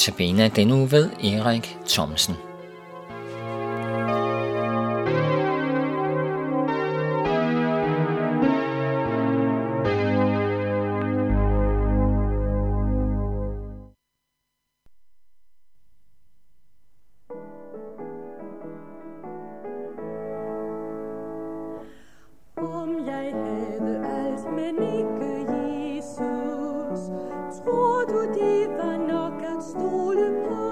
Notabene denne uge ved Erik Thomsen. Om jeg havde alt, men ikke Jesus, tror du det var nok at stole på?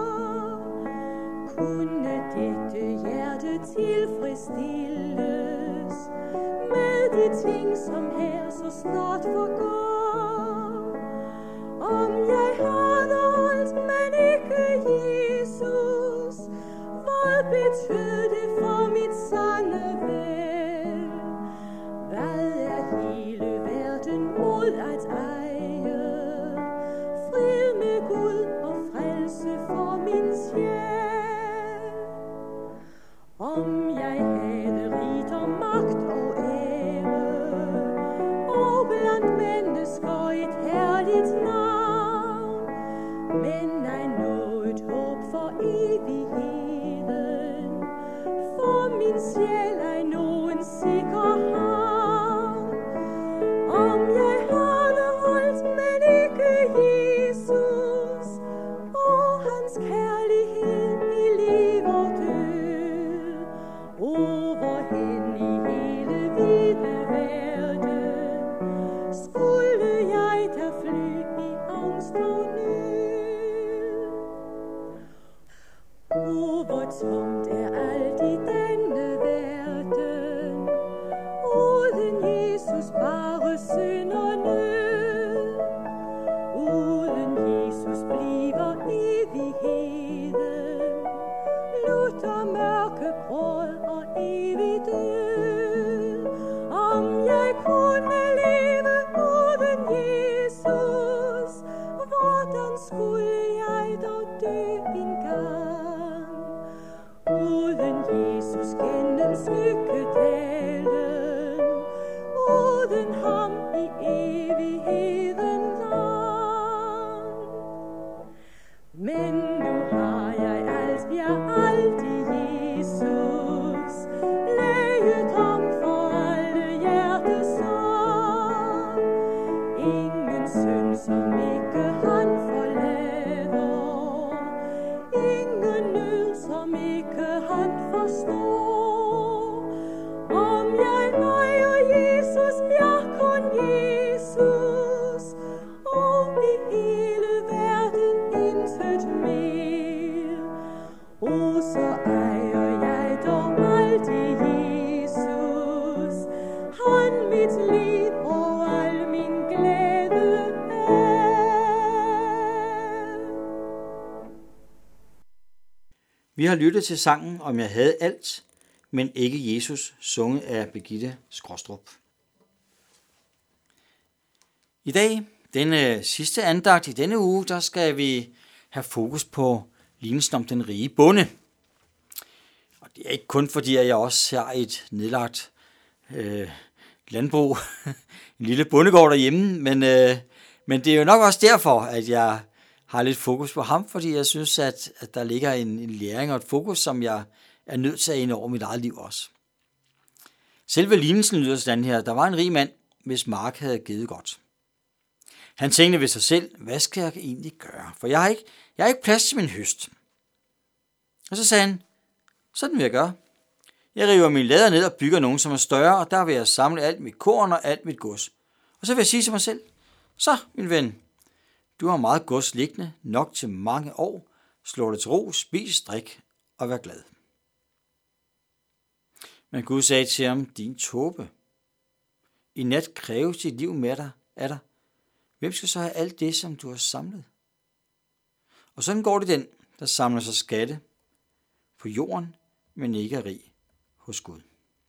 Kunne dette hjerte tilfredsstilles med de ting, som her så snart forgår? Om jeg havde alt, men ikke Jesus, hvad betød det for mit sande vel? Hvad er hele verden mod at eje? Fred med Gud og frelse for min sjæl. Om jeg havde rigdom, magt og ære, og blandt mennesker et herligt navn, men ej noget håb for evigheden, for min sjæl ej nogen sikker havn. Om jeg havde alt, men ikke Jesus, og hans kærlighed i liv og død, overhen i hele vide verden, skulle jeg da fly i angst og nød. Hvor tomt er alt i denne verden, uden Jesus bare synd og nød. Uden Jesus bliver evigheden lutter mørke gråd og evig død. Om jeg kunne leve uden Jesus, hvordan skulle jeg dog dø engang? Uden Jesus gennem skygkedalen, uden ham i evigheden lang. Men nu har jeg alt, ja alt i Jesus, læget ham for alle hjertesorg. Ingen synd, som ikke han forlader, ingen nød, som ikke han forstår. Om jeg ejer Jesus, ja kun Jesus, og i hele verden intet mere. Og så ejer jeg dog alt i Jesus, han mit liv og al min glæde er. Vi har lyttet til sangen Om jeg havde alt, men ikke Jesus, sunget af Birgitte Skråstrup. I dag, denne sidste andagt i denne uge, der skal vi have fokus på lignelsen om den rige bonde. Og det er ikke kun fordi, at jeg også har et nedlagt landbrug, en lille bondegård derhjemme, men det er jo nok også derfor, at jeg har lidt fokus på ham, fordi jeg synes, at der ligger en læring og et fokus, som jeg er nødt til at ind over mit eget liv også. Selve lignelsen lyder sådan her: der var en rig mand, hvis mark havde givet godt. Han tænkte ved sig selv, hvad skal jeg egentlig gøre? For jeg har ikke plads til min høst. Og så sagde han, sådan vil jeg gøre. Jeg river mine lader ned og bygger nogen, som er større, og der vil jeg samle alt mit korn og alt mit gods. Og så vil jeg sige til mig selv, så min ven, du har meget gods liggende, nok til mange år. Slå det til ro, spis, drik og vær glad. Men Gud sagde til ham, din tåbe, i nat kræves dit liv med dig af dig. Hvem skal så have alt det, som du har samlet? Og sådan går det den, der samler sig skatte på jorden, men ikke er rig hos Gud.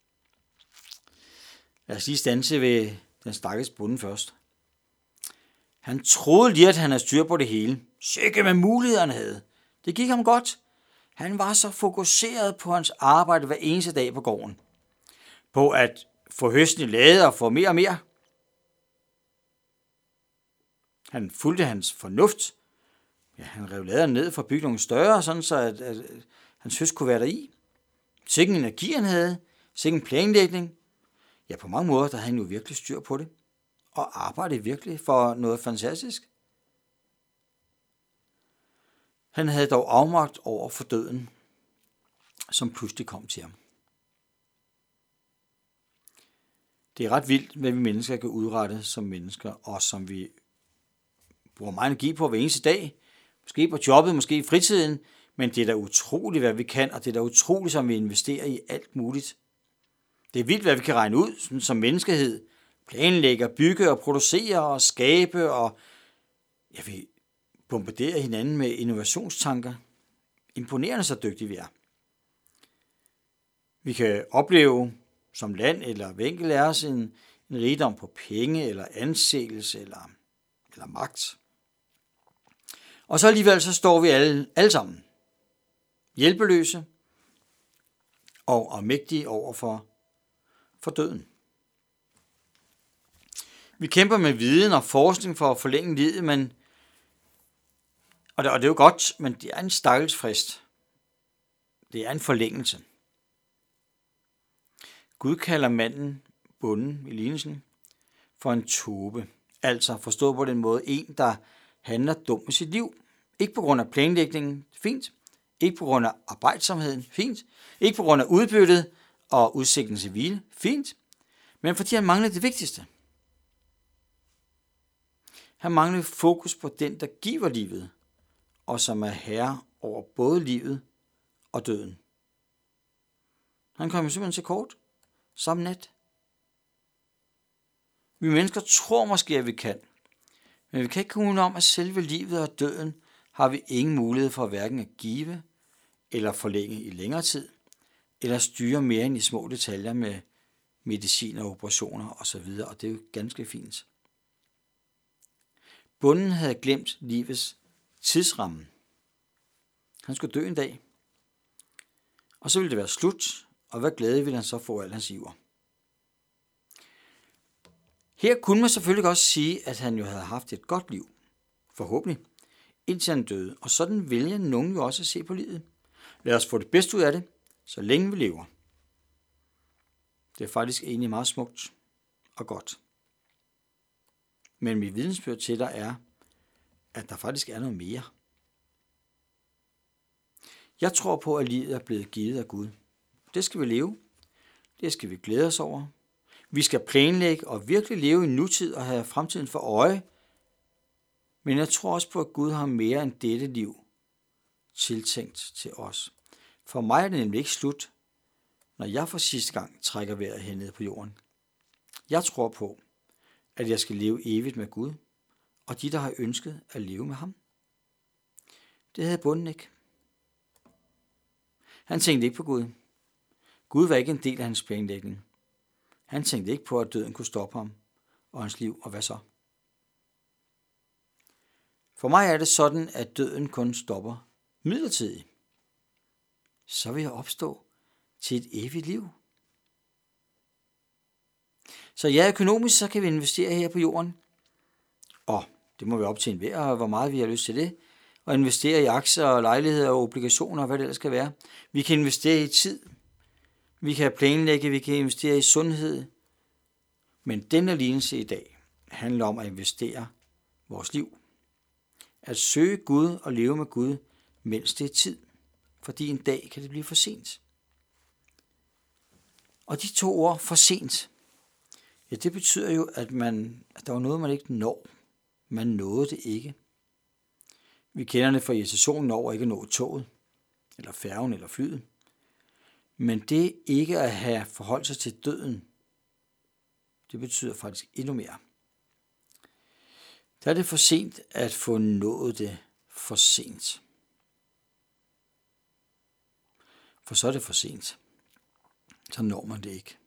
Lad os lige standse ved den stakkels bonde først. Han troede lige, at han havde styr på det hele. Sikke med mulighederne havde. Det gik ham godt. Han var så fokuseret på hans arbejde hver eneste dag på gården. På at få høsten i lade og få mere og mere. Han fulgte hans fornuft, han rev laderen ned for at bygge nogle større, sådan så at hans høst kunne være der i. Sikken energi han havde, sikken planlægning. Ja, på mange måder, der havde han jo virkelig styr på det, og arbejdede virkelig for noget fantastisk. Han havde dog afmagt over for døden, som pludselig kom til ham. Det er ret vildt, hvad vi mennesker kan udrette som mennesker, og som vi bruger meget energi på hver eneste dag. Måske på jobbet, måske i fritiden, men det er da utroligt, hvad vi kan, og det er da utroligt, som vi investerer i alt muligt. Det er vildt, hvad vi kan regne ud sådan som menneskehed. Planlægge, bygge og producere og skabe, og vi bombarderer hinanden med innovationstanker. Imponerende så dygtige vi er. Vi kan opleve som land eller vinkel af os en rigdom på penge eller anseelse eller magt. Og så alligevel så står vi alle sammen hjælpeløse og afmægtige over for døden. Vi kæmper med viden og forskning for at forlænge livet, og det er jo godt, men det er en stakkels frist. Det er en forlængelse. Gud kalder manden, bonden i lignelsen, for en tobe. Altså forstået på den måde en, der handler dumt med sit liv. Ikke på grund af planlægningen, fint. Ikke på grund af arbejdsomheden, fint. Ikke på grund af udbyttet og udsigten til hvile, fint. Men fordi han mangler det vigtigste. Han mangler fokus på den, der giver livet, og som er herre over både livet og døden. Han kommer simpelthen til kort, som nat. Vi mennesker tror måske, at vi kan, men vi kan ikke komme om, at selve livet og døden har vi ingen mulighed for hverken at give eller forlænge i længere tid, eller styre mere end i små detaljer med medicin og operationer osv., og det er jo ganske fint. Bonden havde glemt livets tidsramme. Han skulle dø en dag, og så ville det være slut, og hvad glæde ville han så få al hans iver. Her kunne man selvfølgelig også sige, at han jo havde haft et godt liv, forhåbentlig, indtil han døde, og sådan vælger nogen jo også at se på livet. Lad os få det bedste ud af det, så længe vi lever. Det er faktisk egentlig meget smukt og godt. Men mit vidensbyrd til dig er, at der faktisk er noget mere. Jeg tror på, at livet er blevet givet af Gud. Det skal vi leve. Det skal vi glæde os over. Vi skal planlægge og virkelig leve i nutid og have fremtiden for øje. Men jeg tror også på, at Gud har mere end dette liv tiltænkt til os. For mig er det nemlig ikke slut, når jeg for sidste gang trækker vejret hernede på jorden. Jeg tror på, at jeg skal leve evigt med Gud, og de, der har ønsket at leve med ham. Det havde bonden ikke. Han tænkte ikke på Gud. Gud var ikke en del af hans planlægning. Han tænkte ikke på, at døden kunne stoppe ham og hans liv, og hvad så? For mig er det sådan, at døden kun stopper midlertidigt. Så vil jeg opstå til et evigt liv. Så ja, økonomisk, så kan vi investere her på jorden. Og det må være op til enhver, hvor meget vi har lyst til det. Og investere i aktier og lejligheder og obligationer og hvad det ellers skal være. Vi kan investere i tid. Vi kan planlægge, vi kan investere i sundhed. Men denne lignelse i dag handler om at investere vores liv. At søge Gud og leve med Gud, mens det er tid. Fordi en dag kan det blive for sent. Og de 2 ord, for sent, ja, det betyder jo, at der var noget, man ikke når. Man nåede det ikke. Vi kender det fra irritationen over ikke at nå toget, eller færgen, eller flyet. Men det ikke at have forholdt sig til døden, det betyder faktisk endnu mere. Der er det for sent at få nået det for sent. For så er det for sent. Så når man det ikke.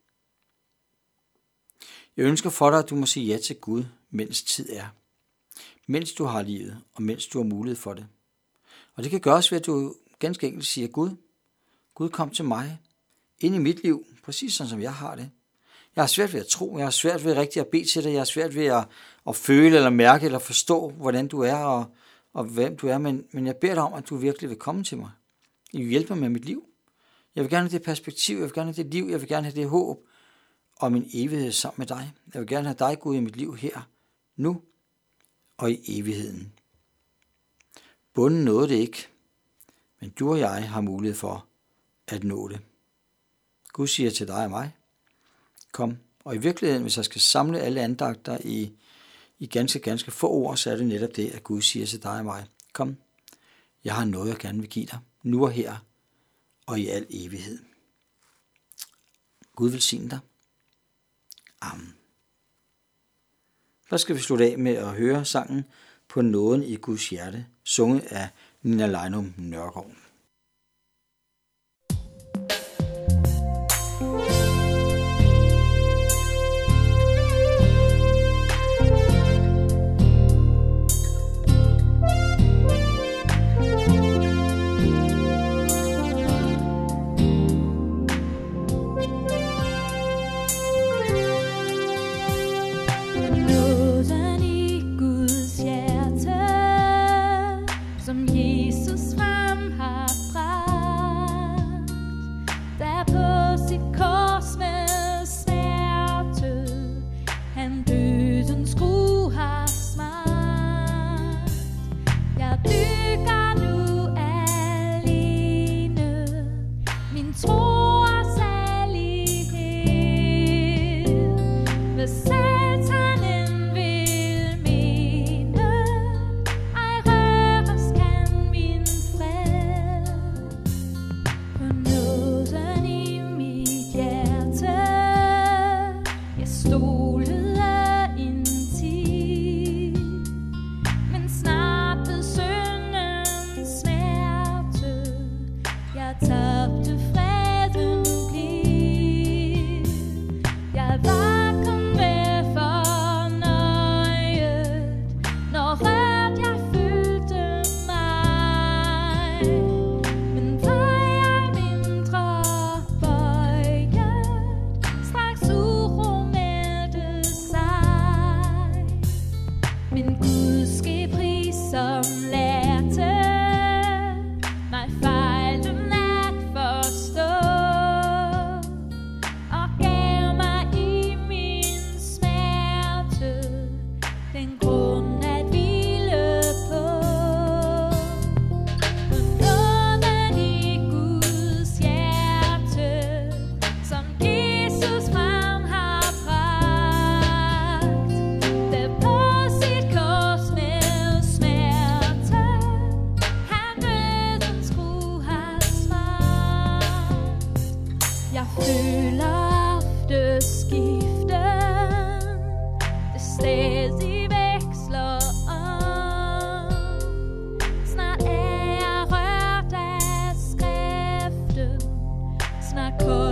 Jeg ønsker for dig, at du må sige ja til Gud, mens tid er. Mens du har livet, og mens du har mulighed for det. Og det kan gøres ved, at du ganske enkelt siger, Gud kom til mig, ind i mit liv, præcis sådan som jeg har det. Jeg har svært ved at tro, jeg har svært ved rigtig at bede til dig, jeg har svært ved at føle eller mærke eller forstå, hvordan du er, og hvem du er, men jeg beder dig om, at du virkelig vil komme til mig. I vil hjælpe mig med mit liv. Jeg vil gerne have det perspektiv, jeg vil gerne have det liv, jeg vil gerne have det håb om min evighed sammen med dig. Jeg vil gerne have dig, Gud, i mit liv her, nu og i evigheden. Bunden nåede det ikke, men du og jeg har mulighed for at nå det. Gud siger til dig og mig, kom. Og i virkeligheden, hvis jeg skal samle alle andagter i ganske få ord, så er det netop det, at Gud siger til dig og mig, kom, jeg har noget, jeg gerne vil give dig, nu og her og i al evighed. Gud velsigne dig. Amen. Så skal vi slutte af med at høre sangen På nåden i Guds hjerte, sunget af Nina Leinum Nørgaard. Snart er jeg rørt af skriften, snart